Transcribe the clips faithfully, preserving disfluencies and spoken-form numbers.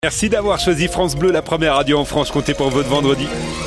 Merci d'avoir choisi France Bleu, la première radio en Franche-Comté pour votre vendredi.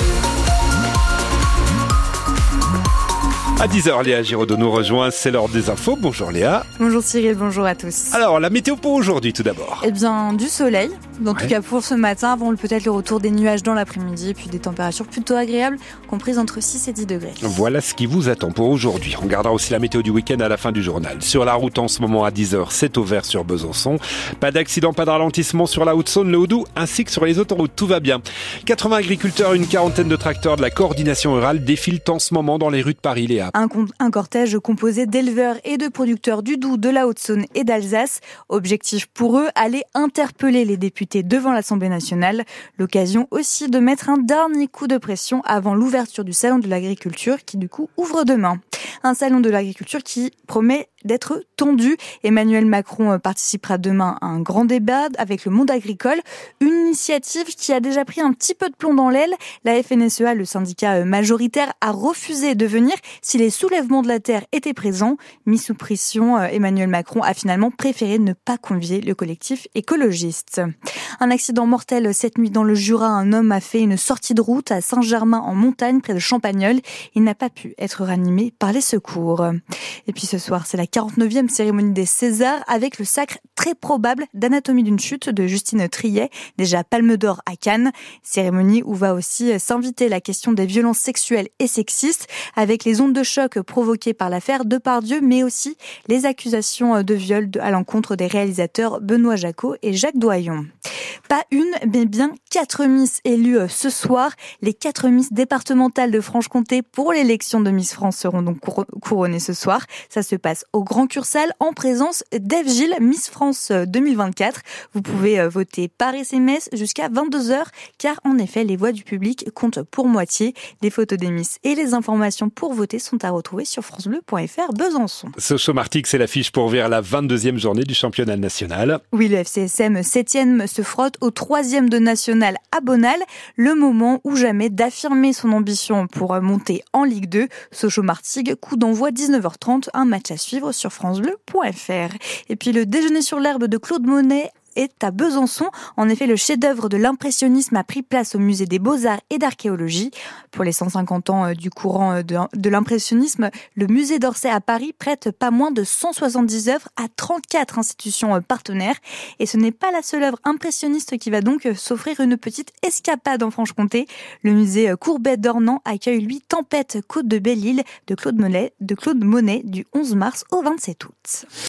À dix heures, Léa Giraudot nous rejoint, c'est l'heure des infos. Bonjour Léa. Bonjour Cyril, bonjour à tous. Alors, la météo pour aujourd'hui tout d'abord. Eh bien, du soleil, en Ouais. tout cas pour ce matin, avant le- peut-être le retour des nuages dans l'après-midi, et puis des températures plutôt agréables, comprises entre six et dix degrés. Voilà ce qui vous attend pour aujourd'hui. On gardera aussi la météo du week-end à la fin du journal. Sur la route en ce moment à dix heures, c'est au vert sur Besançon. Pas d'accident, pas de ralentissement sur la Haute-Saône, le Haut-Doubs ainsi que sur les autoroutes. Tout va bien. quatre-vingts agriculteurs, une quarantaine de tracteurs de la coordination rurale défilent en ce moment dans les rues de Paris, Léa. Un, com- un cortège composé d'éleveurs et de producteurs du Doubs, de la Haute-Saône et d'Alsace. Objectif pour eux, aller interpeller les députés devant l'Assemblée nationale. L'occasion aussi de mettre un dernier coup de pression avant l'ouverture du Salon de l'agriculture qui du coup ouvre demain. Un salon de l'agriculture qui promet d'être tendu. Emmanuel Macron participera demain à un grand débat avec le monde agricole. Une initiative qui a déjà pris un petit peu de plomb dans l'aile. La F N S E A, le syndicat majoritaire, a refusé de venir si les soulèvements de la terre étaient présents. Mis sous pression, Emmanuel Macron a finalement préféré ne pas convier le collectif écologiste. Un accident mortel cette nuit dans le Jura. Un homme a fait une sortie de route à Saint-Germain-en-Montagne, près de Champagnole. Il n'a pas pu être ranimé par les secours. Et puis ce soir, c'est la quarante-neuvième cérémonie des Césars avec le sacre très probable d'Anatomie d'une chute de Justine Triet, déjà Palme d'Or à Cannes. Cérémonie où va aussi s'inviter la question des violences sexuelles et sexistes avec les ondes de choc provoquées par l'affaire Depardieu, mais aussi les accusations de viol à l'encontre des réalisateurs Benoît Jacot et Jacques Doyon. Pas une, mais bien quatre Miss élues ce soir. Les quatre Miss départementales de Franche-Comté pour l'élection de Miss France seront donc couronnées ce soir. Ça se passe au Grand Cursal en présence d'Ève Gilles, Miss France deux mille vingt-quatre. Vous pouvez voter par S M S jusqu'à vingt-deux heures, car en effet, les voix du public comptent pour moitié. Les photos des Miss et les informations pour voter sont à retrouver sur francebleu point fr Besançon. Sochaux-Martigues, c'est l'affiche pour ouvrir la vingt-deuxième journée du championnat national. Oui, le F C S M septième se frotte au troisième de national à Bonal. Le moment ou jamais d'affirmer son ambition pour monter en Ligue deux. Sochaux-Martigues, coup d'envoi dix-neuf heures trente, un match à suivre sur francebleu point fr. Et puis le déjeuner sur l'herbe de Claude Monet est à Besançon. En effet, le chef-d'œuvre de l'impressionnisme a pris place au musée des Beaux-Arts et d'Archéologie. Pour les cent cinquante ans du courant de, de l'impressionnisme, le musée d'Orsay à Paris prête pas moins de cent soixante-dix œuvres à trente-quatre institutions partenaires. Et ce n'est pas la seule œuvre impressionniste qui va donc s'offrir une petite escapade en Franche-Comté. Le musée Courbet d'Ornans accueille lui Tempête Côte de Belle-Île de Claude Monet, de Claude Monet du onze mars au vingt-sept août.